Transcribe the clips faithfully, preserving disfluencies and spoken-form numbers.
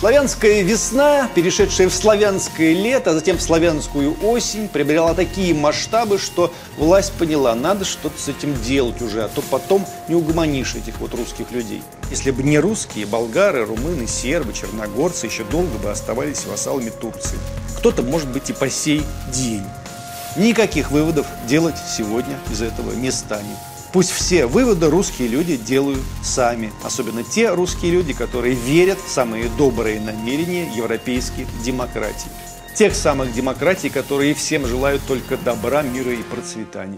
Славянская весна, перешедшая в славянское лето, а затем в славянскую осень, приобрела такие масштабы, что власть поняла, надо что-то с этим делать уже, а то потом не угомонишь этих вот русских людей. Если бы не русские, болгары, румыны, сербы, черногорцы еще долго бы оставались вассалами Турции. Кто-то, может быть, и по сей день. Никаких выводов делать сегодня из этого не станет. Пусть все выводы русские люди делают сами. Особенно те русские люди, которые верят в самые добрые намерения европейских демократий. Тех самых демократий, которые всем желают только добра, мира и процветания.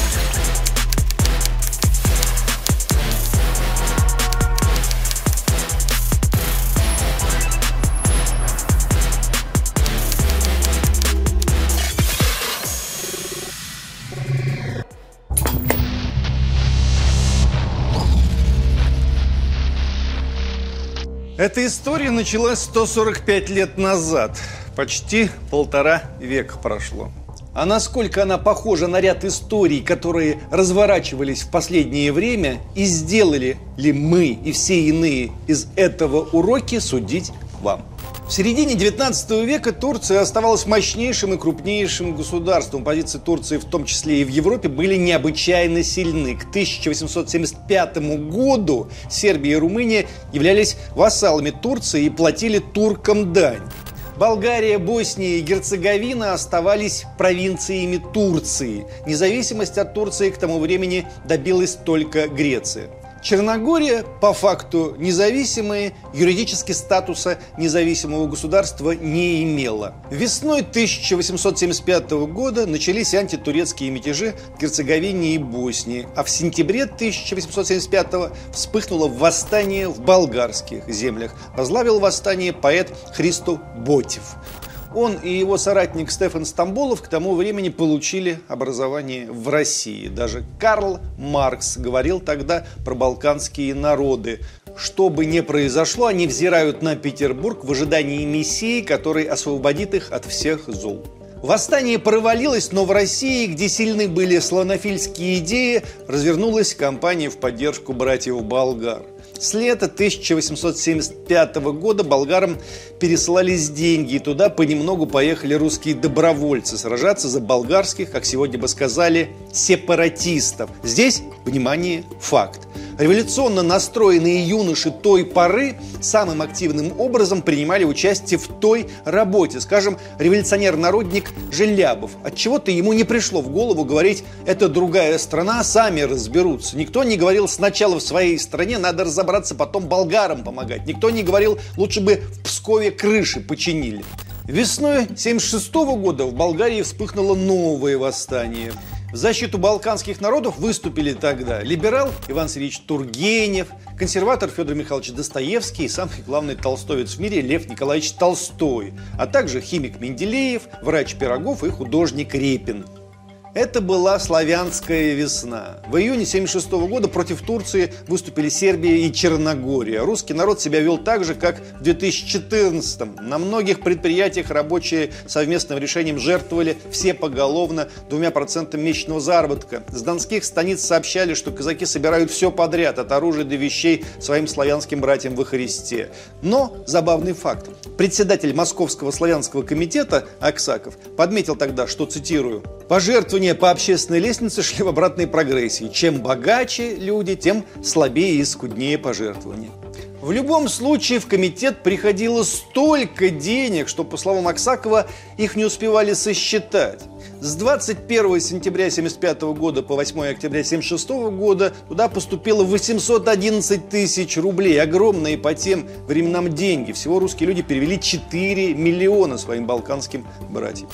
Эта история началась сто сорок пять лет назад. Почти полтора века прошло. А насколько она похожа на ряд историй, которые разворачивались в последнее время, и сделали ли мы и все иные из этого уроки, судить вам. В середине девятнадцатого века Турция оставалась мощнейшим и крупнейшим государством. Позиции Турции, в том числе и в Европе, были необычайно сильны. К тысяча восемьсот семьдесят пятому году Сербия и Румыния являлись вассалами Турции и платили туркам дань. Болгария, Босния и Герцеговина оставались провинциями Турции. Независимость от Турции к тому времени добилась только Греция. Черногория, по факту независимая, юридически статуса независимого государства не имела. Весной тысяча восемьсот семьдесят пятого года начались антитурецкие мятежи в Герцеговине и Боснии, а в сентябре тысяча восемьсот семьдесят пятого восстание восстание в болгарских землях. Возглавил восстание поэт Христо Ботев. Он и его соратник Стефан Стамболов к тому времени получили образование в России. Даже Карл Маркс говорил тогда про балканские народы. Что бы ни произошло, они взирают на Петербург в ожидании мессии, который освободит их от всех зол. Восстание провалилось, но в России, где сильны были славянофильские идеи, развернулась кампания в поддержку братьев-болгар. С лета тысяча восемьсот семьдесят пятого года болгарам пересылались деньги, и туда понемногу поехали русские добровольцы сражаться за болгарских, как сегодня бы сказали, сепаратистов. Здесь, внимание, факт. Революционно настроенные юноши той поры самым активным образом принимали участие в той работе. Скажем, революционер-народник Желябов. Отчего-то ему не пришло в голову говорить: это другая страна, сами разберутся. Никто не говорил: сначала в своей стране надо разобраться, потом болгарам помогать. Никто не говорил: лучше бы в Пскове крыши починили. Весной семьдесят шестого года в Болгарии вспыхнуло новое восстание. В защиту балканских народов выступили тогда либерал Иван Сергеевич Тургенев, консерватор Федор Михайлович Достоевский и самый главный толстовец в мире Лев Николаевич Толстой, а также химик Менделеев, врач Пирогов и художник Репин. Это была славянская весна. В июне семьдесят шестого года против Турции выступили Сербия и Черногория. Русский народ себя вел так же, как в две тысячи четырнадцатом. На многих предприятиях рабочие совместным решением жертвовали все поголовно двумя процентами месячного заработка. С донских станиц сообщали, что казаки собирают все подряд, от оружия до вещей, своим славянским братьям во Христе. Но забавный факт. Председатель Московского славянского комитета Аксаков подметил тогда, что, цитирую, «Пожертвования по общественной лестнице шли в обратной прогрессии. Чем богаче люди, тем слабее и скуднее пожертвования». В любом случае в комитет приходило столько денег, что, по словам Аксакова, их не успевали сосчитать. С двадцать первого сентября семьдесят пятого года по восьмое октября семьдесят шестого года туда поступило восемьсот одиннадцать тысяч рублей. Огромные по тем временам деньги. Всего русские люди перевели четыре миллиона своим балканским братьям.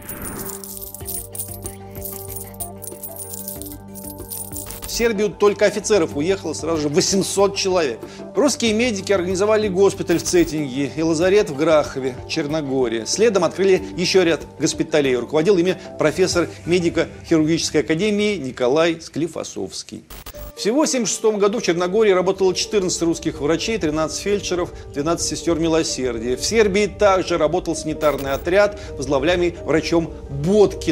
В Сербию только офицеров уехало сразу же восемьсот человек. Русские медики организовали госпиталь в Цетинге и лазарет в Грахове, Черногория. Следом открыли еще ряд госпиталей. Руководил ими профессор медико-хирургической академии Николай Склифосовский. Всего в семьдесят шестом году в Черногории работало четырнадцать русских врачей, тринадцать фельдшеров, двенадцать сестер милосердия. В Сербии также работал санитарный отряд, возглавляемый врачом Боткиным.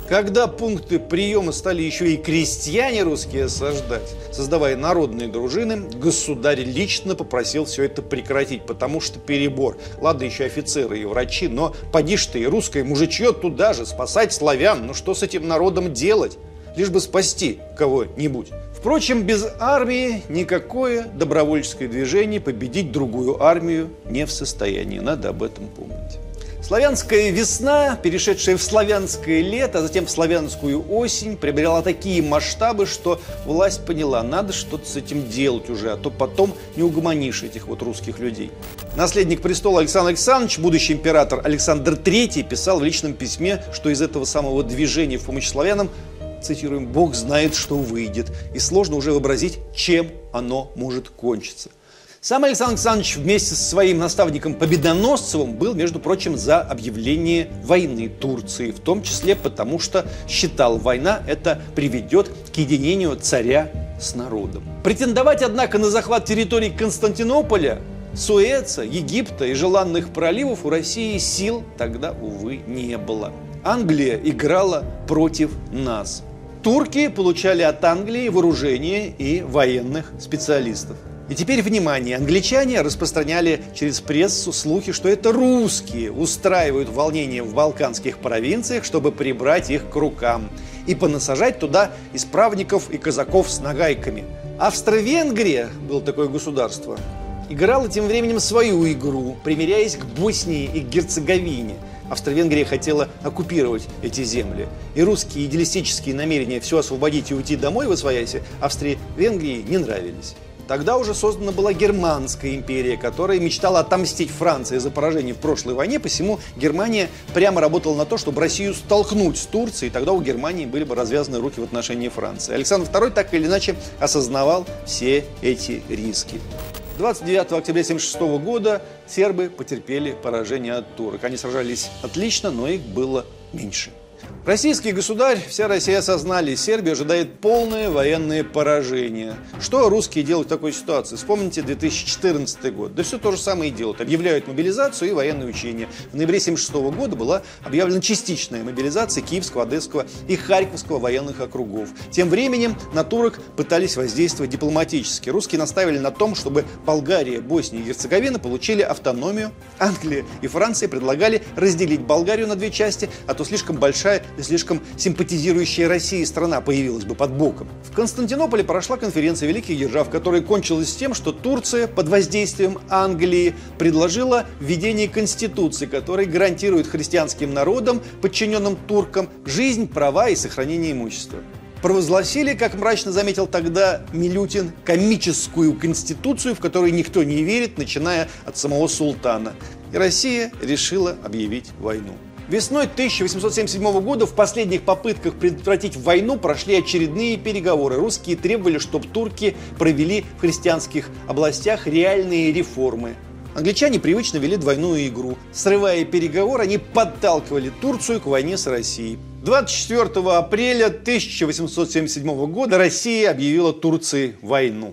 Когда пункты приема стали еще и крестьяне русские осаждать, создавая народные дружины, государь лично попросил все это прекратить, потому что перебор. Ладно, еще офицеры и врачи, но поди ж ты, и русское мужичье туда же, спасать славян. Ну что с этим народом делать? Лишь бы спасти кого-нибудь. Впрочем, без армии никакое добровольческое движение победить другую армию не в состоянии. Надо об этом помнить. Славянская весна, перешедшая в славянское лето, а затем в славянскую осень, приобрела такие масштабы, что власть поняла, надо что-то с этим делать уже, а то потом не угомонишь этих вот русских людей. Наследник престола Александр Александрович, будущий император Александр Третий, писал в личном письме, что из этого самого движения в помощь славянам, цитируем, «Бог знает, что выйдет, и сложно уже вообразить, чем оно может кончиться». Сам Александр Александрович вместе со своим наставником Победоносцевым был, между прочим, за объявление войны Турции, в том числе потому, что считал, война это приведет к единению царя с народом. Претендовать, однако, на захват территорий Константинополя, Суэца, Египта и желанных проливов у России сил тогда, увы, не было. Англия играла против нас. Турки получали от Англии вооружение и военных специалистов. И теперь, внимание, англичане распространяли через прессу слухи, что это русские устраивают волнения в балканских провинциях, чтобы прибрать их к рукам и понасажать туда исправников и казаков с нагайками. Австро-Венгрия, было такое государство, играла тем временем свою игру, примиряясь к Боснии и Герцеговине. Австро-Венгрия хотела оккупировать эти земли. И русские идеалистические намерения все освободить и уйти домой восвояси Австро-Венгрии не нравились. Тогда уже создана была Германская империя, которая мечтала отомстить Франции за поражение в прошлой войне, посему Германия прямо работала на то, чтобы Россию столкнуть с Турцией, и тогда у Германии были бы развязаны руки в отношении Франции. Александр Второй так или иначе осознавал все эти риски. двадцать девятого октября тысяча девятьсот семьдесят шестого года сербы потерпели поражение от турок. Они сражались отлично, но их было меньше. Российский государь, вся Россия осознали, Сербия ожидает полное военное поражение. Что русские делают в такой ситуации? Вспомните две тысячи четырнадцатый год. Да все то же самое и делают. Объявляют мобилизацию и военные учения. В ноябре тысяча девятьсот семьдесят шестого года была объявлена частичная мобилизация Киевского, Одесского и Харьковского военных округов. Тем временем на турок пытались воздействовать дипломатически. Русские настаивали на том, чтобы Болгария, Босния и Герцеговина получили автономию. Англия и Франция предлагали разделить Болгарию на две части, а то слишком большая и слишком симпатизирующая России страна появилась бы под боком. В Константинополе прошла конференция великих держав, которая кончилась тем, что Турция под воздействием Англии предложила введение конституции, которая гарантирует христианским народам, подчиненным туркам, жизнь, права и сохранение имущества. Провозгласили, как мрачно заметил тогда Милютин, комическую конституцию, в которой никто не верит, начиная от самого султана. И Россия решила объявить войну. Весной тысяча восемьсот семьдесят седьмого года в последних попытках предотвратить войну прошли очередные переговоры. Русские требовали, чтобы турки провели в христианских областях реальные реформы. Англичане привычно вели двойную игру. Срывая переговоры, они подталкивали Турцию к войне с Россией. двадцать четвёртого апреля тысяча восемьсот семьдесят седьмого года Россия объявила Турции войну.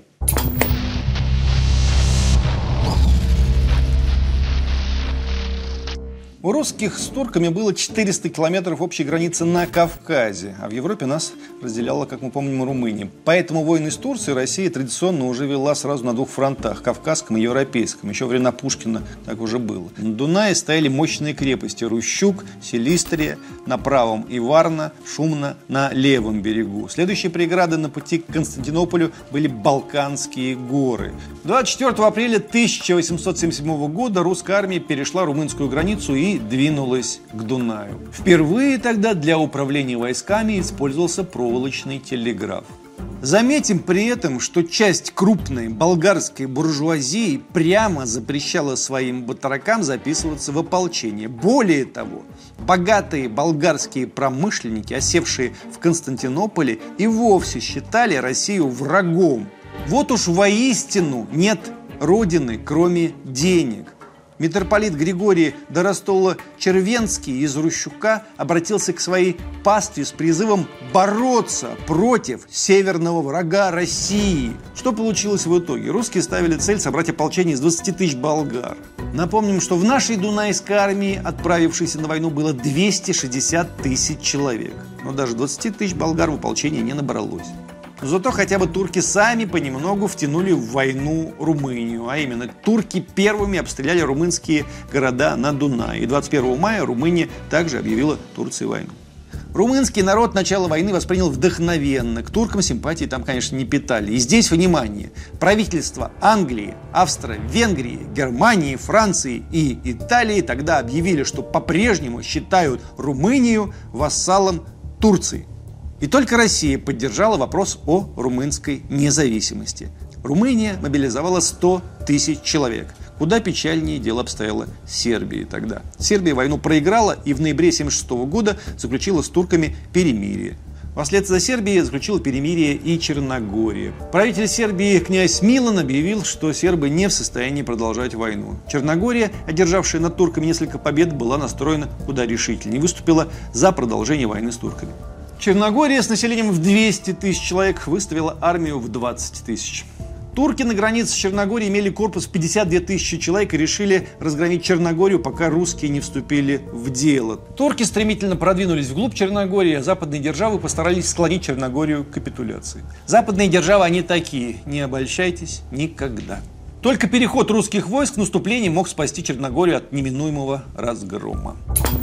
У русских с турками было четыреста километров общей границы на Кавказе, а в Европе нас разделяла, как мы помним, Румыния. Поэтому войны с Турцией Россия традиционно уже вела сразу на двух фронтах – Кавказском и Европейском. Еще во времена Пушкина так уже было. На Дунае стояли мощные крепости – Рущук, Силистрия, на правом и Варна, Шумна на левом берегу. Следующие преграды на пути к Константинополю были Балканские горы. двадцать четвёртого апреля тысяча восемьсот семьдесят седьмого года русская армия перешла румынскую границу и двинулась к Дунаю. Впервые тогда для управления войсками использовался проволочный телеграф. Заметим при этом, что часть крупной болгарской буржуазии прямо запрещала своим батракам записываться в ополчение. Более того, богатые болгарские промышленники, осевшие в Константинополе, и вовсе считали Россию врагом. Вот уж воистину нет родины, кроме денег. Митрополит Григорий Доростола-Червенский из Рущука обратился к своей пастве с призывом бороться против северного врага России. Что получилось в итоге? Русские ставили цель собрать ополчение из двадцати тысяч болгар. Напомним, что в нашей Дунайской армии, отправившейся на войну, было двести шестьдесят тысяч человек. Но даже двадцати тысяч болгар в ополчении не набралось. Зато хотя бы турки сами понемногу втянули в войну Румынию. А именно, турки первыми обстреляли румынские города на Дунае. И двадцать первого мая Румыния также объявила Турции войну. Румынский народ начало войны воспринял вдохновенно. К туркам симпатии там, конечно, не питали. И здесь, внимание, правительства Англии, Австро-Венгрии, Германии, Франции и Италии тогда объявили, что по-прежнему считают Румынию вассалом Турции. И только Россия поддержала вопрос о румынской независимости. Румыния мобилизовала сто тысяч человек. Куда печальнее дело обстояло с Сербией тогда. Сербия войну проиграла и в ноябре тысяча девятьсот семьдесят шестого года заключила с турками перемирие. Вслед за Сербией заключила перемирие и Черногория. Правитель Сербии князь Милан объявил, что сербы не в состоянии продолжать войну. Черногория, одержавшая над турками несколько побед, была настроена куда решительнее и выступила за продолжение войны с турками. Черногория с населением в двести тысяч человек выставила армию в двадцать тысяч. Турки на границе с Черногорией имели корпус в пятьдесят две тысячи человек и решили разгромить Черногорию, пока русские не вступили в дело. Турки стремительно продвинулись вглубь Черногории, а западные державы постарались склонить Черногорию к капитуляции. Западные державы, они такие, не обольщайтесь никогда. Только переход русских войск в наступление мог спасти Черногорию от неминуемого разгрома.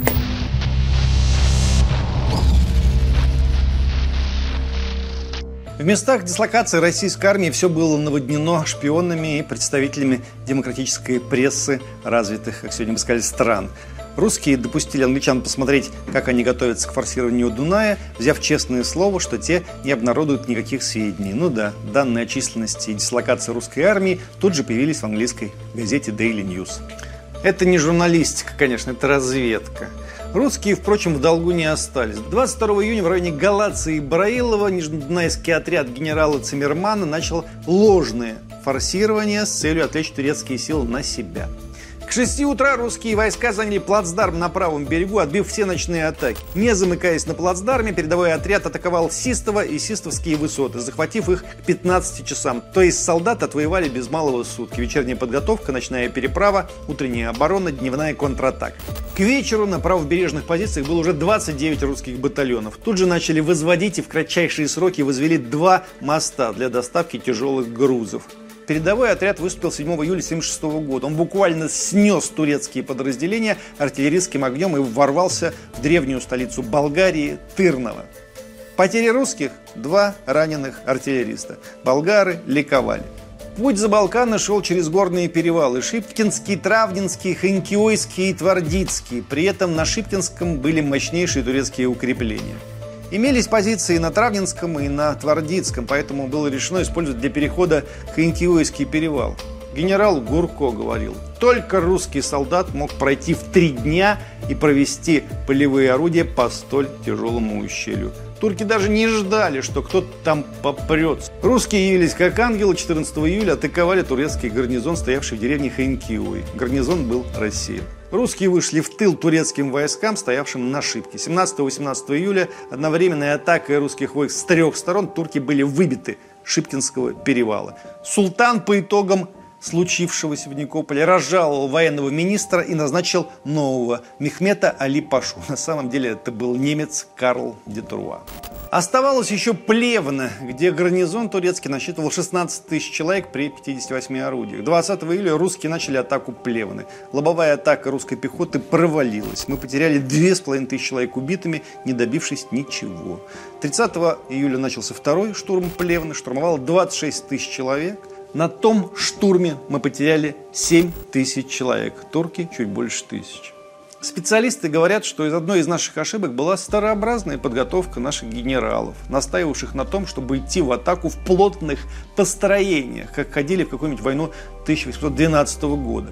В местах дислокации российской армии все было наводнено шпионами и представителями демократической прессы развитых, как сегодня бы сказали, стран. Русские допустили англичан посмотреть, как они готовятся к форсированию Дуная, взяв честное слово, что те не обнародуют никаких сведений. Ну да, данные о численности и дислокации русской армии тут же появились в английской газете Daily News. Это не журналистика, конечно, это разведка. Русские, впрочем, в долгу не остались. двадцать второго июня в районе Галации и Браилова нижнедунайский отряд генерала Циммермана начал ложное форсирование с целью отвлечь турецкие силы на себя. К шести утра русские войска заняли плацдарм на правом берегу, отбив все ночные атаки. Не замыкаясь на плацдарме, передовой отряд атаковал Систово и Систовские высоты, захватив их к пятнадцати часам. То есть солдаты отвоевали без малого сутки. Вечерняя подготовка, ночная переправа, утренняя оборона, дневная контратака. К вечеру на правобережных позициях было уже двадцать девять русских батальонов. Тут же начали возводить и в кратчайшие сроки возвели два моста для доставки тяжелых грузов. Передовой отряд выступил седьмого июля тысяча девятьсот семьдесят шестого года. Он буквально снес турецкие подразделения артиллерийским огнем и ворвался в древнюю столицу Болгарии Тырново. Потери русских – два раненых артиллериста. Болгары ликовали. Путь за Балканы шел через горные перевалы – Шипкинский, Травнинский, Хинкиойский и Твардицкий. При этом на Шипкинском были мощнейшие турецкие укрепления. Имелись позиции на Травнинском и на Твардицком, поэтому было решено использовать для перехода Хинкиойский перевал. Генерал Гурко говорил, только русский солдат мог пройти в три дня и провести полевые орудия по столь тяжелому ущелью. Турки даже не ждали, что кто-то там попрется. Русские явились как ангелы, четырнадцатого июля атаковали турецкий гарнизон, стоявший в деревне Хинкиой. Гарнизон был рассеян. Русские вышли в тыл турецким войскам, стоявшим на Шипке. семнадцатого-восемнадцатого июля одновременной атакой русских войск с трех сторон турки были выбиты с Шипкинского перевала. Султан по итогам случившегося в Никополе разжаловал военного министра и назначил нового Мехмета Али Пашу. На самом деле это был немец Карл де Труа. Оставалось еще Плевна, где гарнизон турецкий насчитывал шестнадцать тысяч человек при пятидесяти восьми орудиях. двадцатого июля русские начали атаку Плевны. Лобовая атака русской пехоты провалилась. Мы потеряли две с половиной тысячи человек убитыми, не добившись ничего. тридцатого июля начался второй штурм Плевны, штурмовало двадцать шесть тысяч человек. На том штурме мы потеряли семь тысяч человек, турки чуть больше тысячи. Специалисты говорят, что из одной из наших ошибок была старообразная подготовка наших генералов, настаивавших на том, чтобы идти в атаку в плотных построениях, как ходили в какую-нибудь войну тысяча восемьсот двенадцатого года.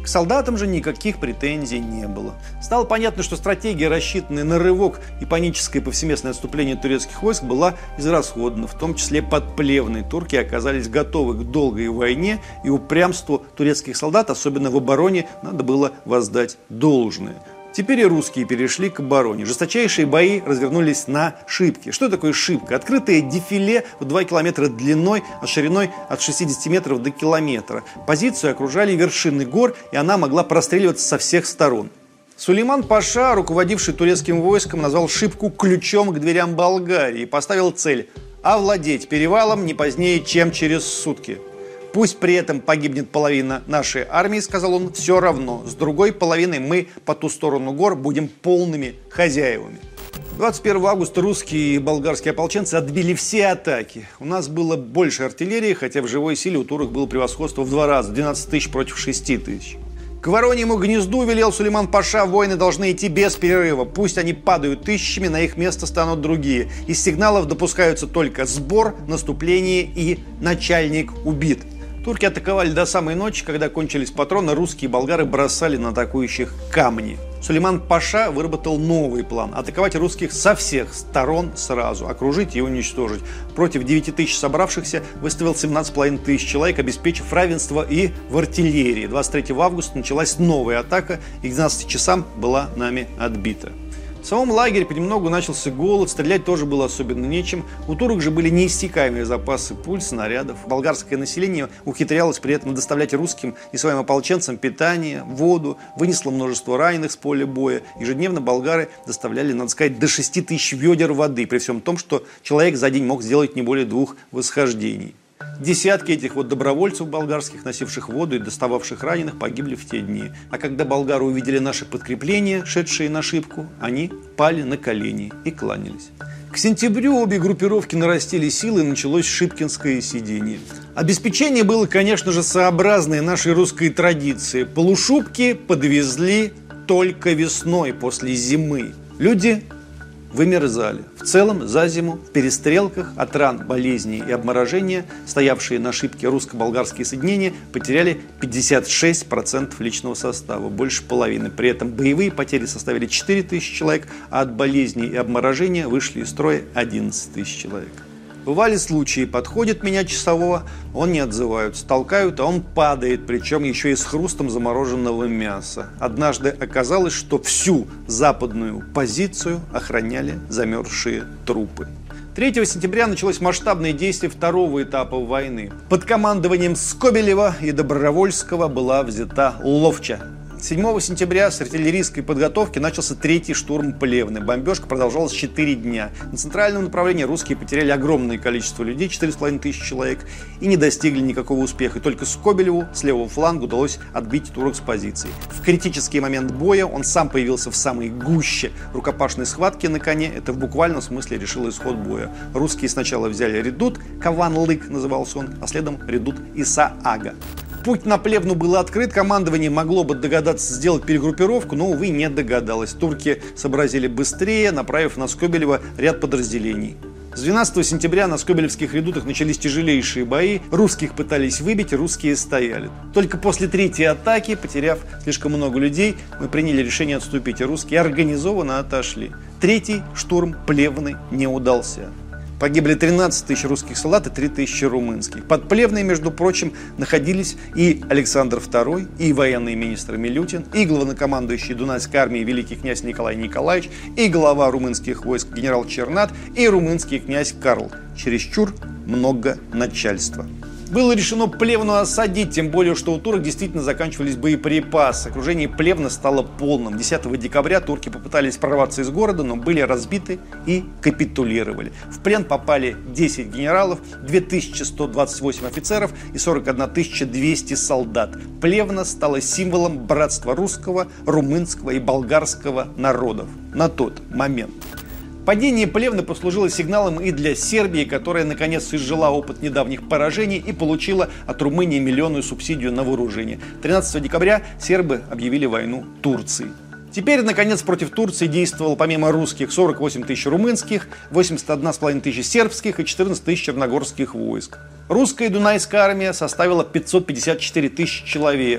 К солдатам же никаких претензий не было. Стало понятно, что стратегия, рассчитанная на рывок и паническое повсеместное отступление турецких войск, была израсходована, в том числе под Плевной. Турки оказались готовы к долгой войне, и упрямству турецких солдат, особенно в обороне, надо было воздать должное. Теперь и русские перешли к обороне. Жесточайшие бои развернулись на Шипке. Что такое Шипка? Открытое дефиле в два километра длиной, а шириной от шестидесяти метров до километра. Позицию окружали вершины гор, и она могла простреливаться со всех сторон. Сулейман Паша, руководивший турецким войском, назвал Шипку ключом к дверям Болгарии и поставил цель – овладеть перевалом не позднее, чем через сутки. Пусть при этом погибнет половина нашей армии, сказал он, все равно. С другой половиной мы по ту сторону гор будем полными хозяевами. двадцать первого августа русские и болгарские ополченцы отбили все атаки. У нас было больше артиллерии, хотя в живой силе у турок было превосходство в два раза. двенадцать тысяч против шести тысяч. К Вороньему гнезду велел Сулейман Паша, воины должны идти без перерыва. Пусть они падают тысячами, на их место станут другие. Из сигналов допускаются только сбор, наступление и начальник убит. Турки атаковали до самой ночи, когда кончились патроны, русские и болгары бросали на атакующих камни. Сулейман Паша выработал новый план – атаковать русских со всех сторон сразу, окружить и уничтожить. Против девяти тысяч собравшихся выставил семнадцать с половиной тысяч человек, обеспечив равенство и в артиллерии. двадцать третьего августа началась новая атака, и к двенадцати часам была нами отбита. В самом лагере понемногу начался голод, стрелять тоже было особенно нечем. У турок же были неиссякаемые запасы пуль, снарядов. Болгарское население ухитрялось при этом доставлять русским и своим ополченцам питание, воду, вынесло множество раненых с поля боя. Ежедневно болгары доставляли, надо сказать, до шести тысяч ведер воды, при всем том, что человек за день мог сделать не более двух восхождений. Десятки этих вот добровольцев болгарских, носивших воду и достававших раненых, погибли в те дни. А когда болгары увидели наши подкрепления, шедшие на Шипку, они пали на колени и кланялись. К сентябрю обе группировки нарастили силы, и началось шипкинское сидение. Обеспечение было, конечно же, сообразное нашей русской традиции. Полушубки подвезли только весной, после зимы. Люди вымерзали. В целом, за зиму, в перестрелках от ран, болезней и обморожения, стоявшие на Шипке русско-болгарские соединения потеряли пятьдесят шесть процентов личного состава, больше половины. При этом боевые потери составили четыре тысячи человек, а от болезней и обморожения вышли из строя одиннадцать тысяч человек. Бывали случаи, подходит меня часового, он не отзываются, толкают, а он падает, причем еще и с хрустом замороженного мяса. Однажды оказалось, что всю западную позицию охраняли замерзшие трупы. третьего сентября началось масштабное действие второго этапа войны. Под командованием Скобелева и Добровольского была взята Ловча. седьмого сентября с артиллерийской подготовки начался третий штурм Плевны. Бомбежка продолжалась четыре дня. На центральном направлении русские потеряли огромное количество людей, четыре с половиной тысячи человек, и не достигли никакого успеха. И только Скобелеву с левого фланга удалось отбить турок с позиций. В критический момент боя он сам появился в самой гуще рукопашной схватки на коне. Это в буквальном смысле решило исход боя. Русские сначала взяли редут, Каван-Лык назывался он, а следом редут Иса-Ага. Путь на Плевну был открыт, командование могло бы догадаться сделать перегруппировку, но, увы, не догадалось. Турки сообразили быстрее, направив на Скобелева ряд подразделений. С двенадцатого сентября на скобелевских редутах начались тяжелейшие бои, русских пытались выбить, русские стояли. Только после третьей атаки, потеряв слишком много людей, мы приняли решение отступить, и русские организованно отошли. Третий штурм Плевны не удался. Погибли тринадцать тысяч русских солдат и три тысячи румынских. Под Плевной, между прочим, находились и Александр второй, и военный министр Милютин, и главнокомандующий Дунайской армией великий князь Николай Николаевич, и глава румынских войск генерал Чернат, и румынский князь Карл. Чересчур много начальства. Было решено Плевну осадить, тем более, что у турок действительно заканчивались боеприпасы. Окружение Плевны стало полным. десятого декабря турки попытались прорваться из города, но были разбиты и капитулировали. В плен попали десять генералов, две тысячи сто двадцать восемь офицеров и сорок одна тысяча двести солдат. Плевна стала символом братства русского, румынского и болгарского народов на тот момент. Падение Плевны послужило сигналом и для Сербии, которая наконец изжила опыт недавних поражений и получила от Румынии миллионную субсидию на вооружение. тринадцатого декабря сербы объявили войну Турции. Теперь, наконец, против Турции действовало помимо русских сорок восемь тысяч румынских, восемьдесят одна с половиной тысячи сербских и четырнадцать тысяч черногорских войск. Русская Дунайская армия составила пятьсот пятьдесят четыре тысячи человек.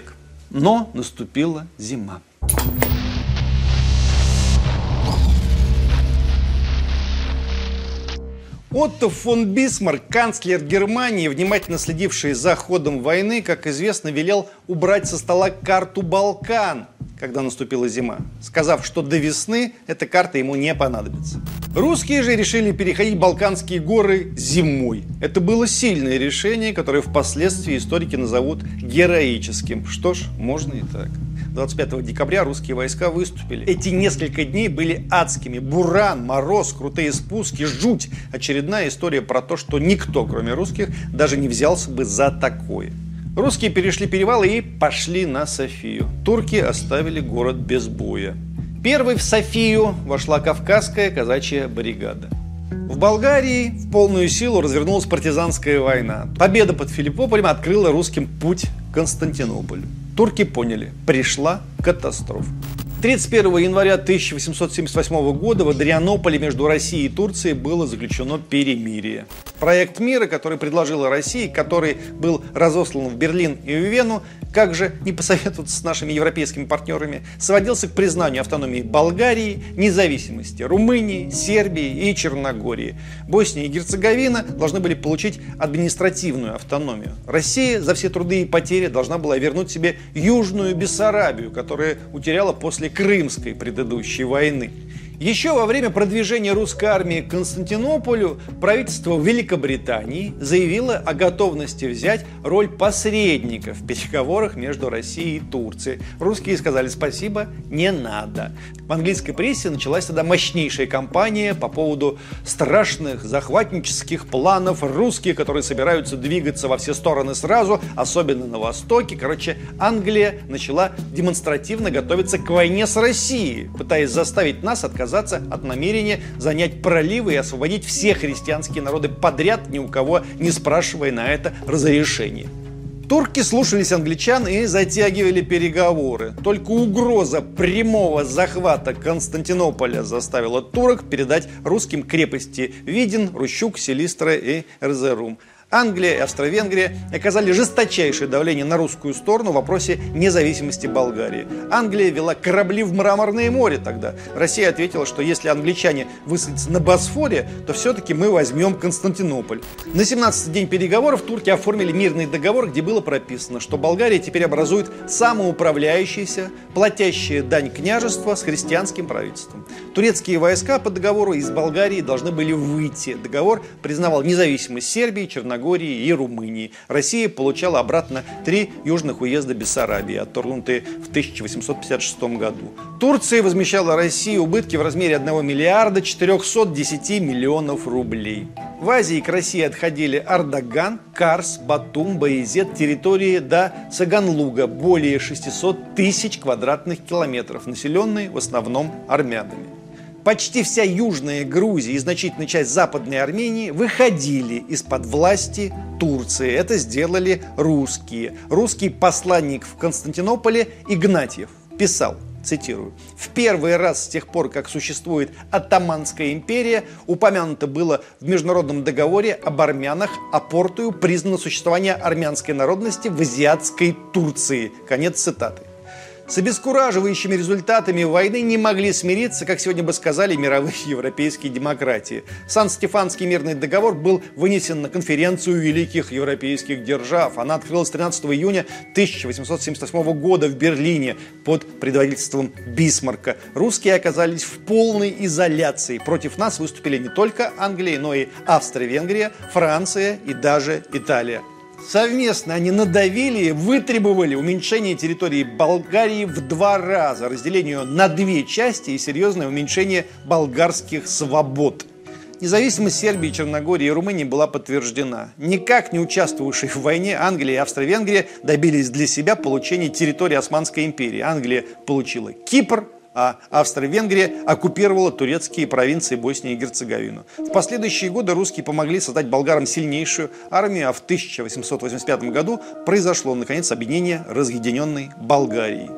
Но наступила зима. Отто фон Бисмарк, канцлер Германии, внимательно следивший за ходом войны, как известно, велел убрать со стола карту Балкан, когда наступила зима, сказав, что до весны эта карта ему не понадобится. Русские же решили переходить Балканские горы зимой. Это было сильное решение, которое впоследствии историки назовут героическим. Что ж, можно и так. двадцать пятого декабря русские войска выступили. Эти несколько дней были адскими. Буран, мороз, крутые спуски, жуть. Очередная история про то, что никто, кроме русских, даже не взялся бы за такое. Русские перешли перевалы и пошли на Софию. Турки оставили город без боя. Первой в Софию вошла Кавказская казачья бригада. В Болгарии в полную силу развернулась партизанская война. Победа под Филиппополем открыла русским путь к Константинополю. Турки поняли, пришла катастрофа. тридцать первого января тысяча восемьсот семьдесят восьмого года в Адрианополе между Россией и Турцией было заключено перемирие. Проект мира, который предложила Россия, который был разослан в Берлин и в Вену, как же не посоветоваться с нашими европейскими партнерами, сводился к признанию автономии Болгарии, независимости Румынии, Сербии и Черногории. Босния и Герцеговина должны были получить административную автономию. Россия за все труды и потери должна была вернуть себе Южную Бессарабию, которая утеряла после Крымской предыдущей войны. Еще во время продвижения русской армии к Константинополю правительство Великобритании заявило о готовности взять роль посредника в переговорах между Россией и Турцией. Русские сказали: спасибо, не надо. В английской прессе началась тогда мощнейшая кампания по поводу страшных захватнических планов русских, которые собираются двигаться во все стороны сразу, особенно на востоке. Короче, Англия начала демонстративно готовиться к войне с Россией, пытаясь заставить нас отказаться от намерения занять проливы и освободить все христианские народы подряд, ни у кого не спрашивая на это разрешения. Турки слушались англичан и затягивали переговоры. Только угроза прямого захвата Константинополя заставила турок передать русским крепости Видин, Рущук, Силистра и Эрзерум. Англия и Австро-Венгрия оказали жесточайшее давление на русскую сторону в вопросе независимости Болгарии. Англия вела корабли в Мраморное море тогда. Россия ответила, что если англичане высадятся на Босфоре, то все-таки мы возьмем Константинополь. На семнадцатый день переговоров турки оформили мирный договор, где было прописано, что Болгария теперь образует самоуправляющееся, платящее дань княжество с христианским правительством. Турецкие войска по договору из Болгарии должны были выйти. Договор признавал независимость Сербии, Черногории и Румынии. Россия получала обратно три южных уезда Бессарабии, отторгнутые в тысяча восемьсот пятьдесят шестом году. Турция возмещала России убытки в размере одного миллиарда четырехсот десяти миллионов рублей. В Азии к России отходили Ардаган, Карс, Батум, Баязет, территории до Саганлуга, более шестисот тысяч квадратных километров, населенные в основном армянами. Почти вся Южная Грузия и значительная часть Западной Армении выходили из-под власти Турции. Это сделали русские. Русский посланник в Константинополе Игнатьев писал, цитирую: «В первый раз с тех пор, как существует Оттоманская империя, упомянуто было в международном договоре об армянах, а Портую признано существование армянской народности в азиатской Турции». Конец цитаты. С обескураживающими результатами войны не могли смириться, как сегодня бы сказали, мировые европейские демократии. Сан-Стефанский мирный договор был вынесен на конференцию великих европейских держав. Она открылась тринадцатого июня тысяча восемьсот семьдесят восьмого года в Берлине под предводительством Бисмарка. Русские оказались в полной изоляции. Против нас выступили не только Англия, но и Австро-Венгрия, Франция и даже Италия. Совместно они надавили и вытребовали уменьшение территории Болгарии в два раза, разделение ее на две части и серьезное уменьшение болгарских свобод. Независимость Сербии, Черногории и Румынии была подтверждена. Никак не участвовавшие в войне Англия и Австро-Венгрия добились для себя получения территории Османской империи. Англия получила Кипр, а Австро-Венгрия оккупировала турецкие провинции Боснии и Герцеговину. В последующие годы русские помогли создать болгарам сильнейшую армию, а в тысяча восемьсот восемьдесят пятом году произошло, наконец, объединение разъединенной Болгарии.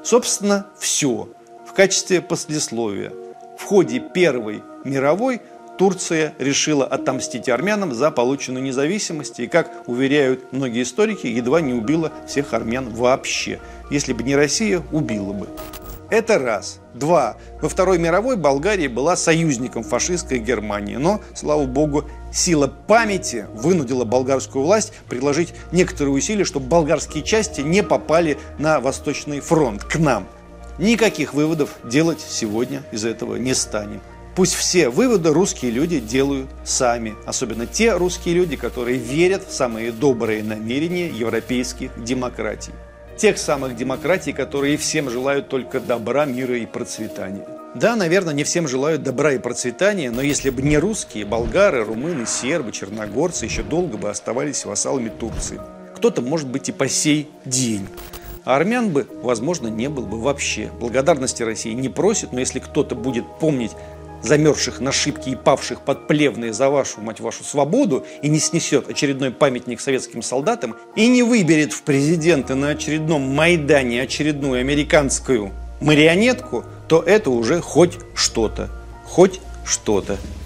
Собственно, все. В качестве послесловия. В ходе Первой мировой Турция решила отомстить армянам за полученную независимость и, как уверяют многие историки, едва не убила всех армян вообще. Если бы не Россия, убила бы. Это раз. Два. Во Второй мировой Болгария была союзником фашистской Германии, но, слава богу, сила памяти вынудила болгарскую власть приложить некоторые усилия, чтобы болгарские части не попали на Восточный фронт, к нам. Никаких выводов делать сегодня из этого не станем. Пусть все выводы русские люди делают сами, особенно те русские люди, которые верят в самые добрые намерения европейских демократий. Тех самых демократий, которые всем желают только добра, мира и процветания. Да, наверное, не всем желают добра и процветания, но если бы не русские, болгары, румыны, сербы, черногорцы еще долго бы оставались вассалами Турции. Кто-то, может быть, и по сей день. А армян бы, возможно, не было бы вообще. Благодарности России не просит, но если кто-то будет помнить замерзших на шибке и павших под Плевны за вашу, мать вашу, свободу и не снесет очередной памятник советским солдатам и не выберет в президенты на очередном Майдане очередную американскую марионетку, то это уже хоть что-то. Хоть что-то.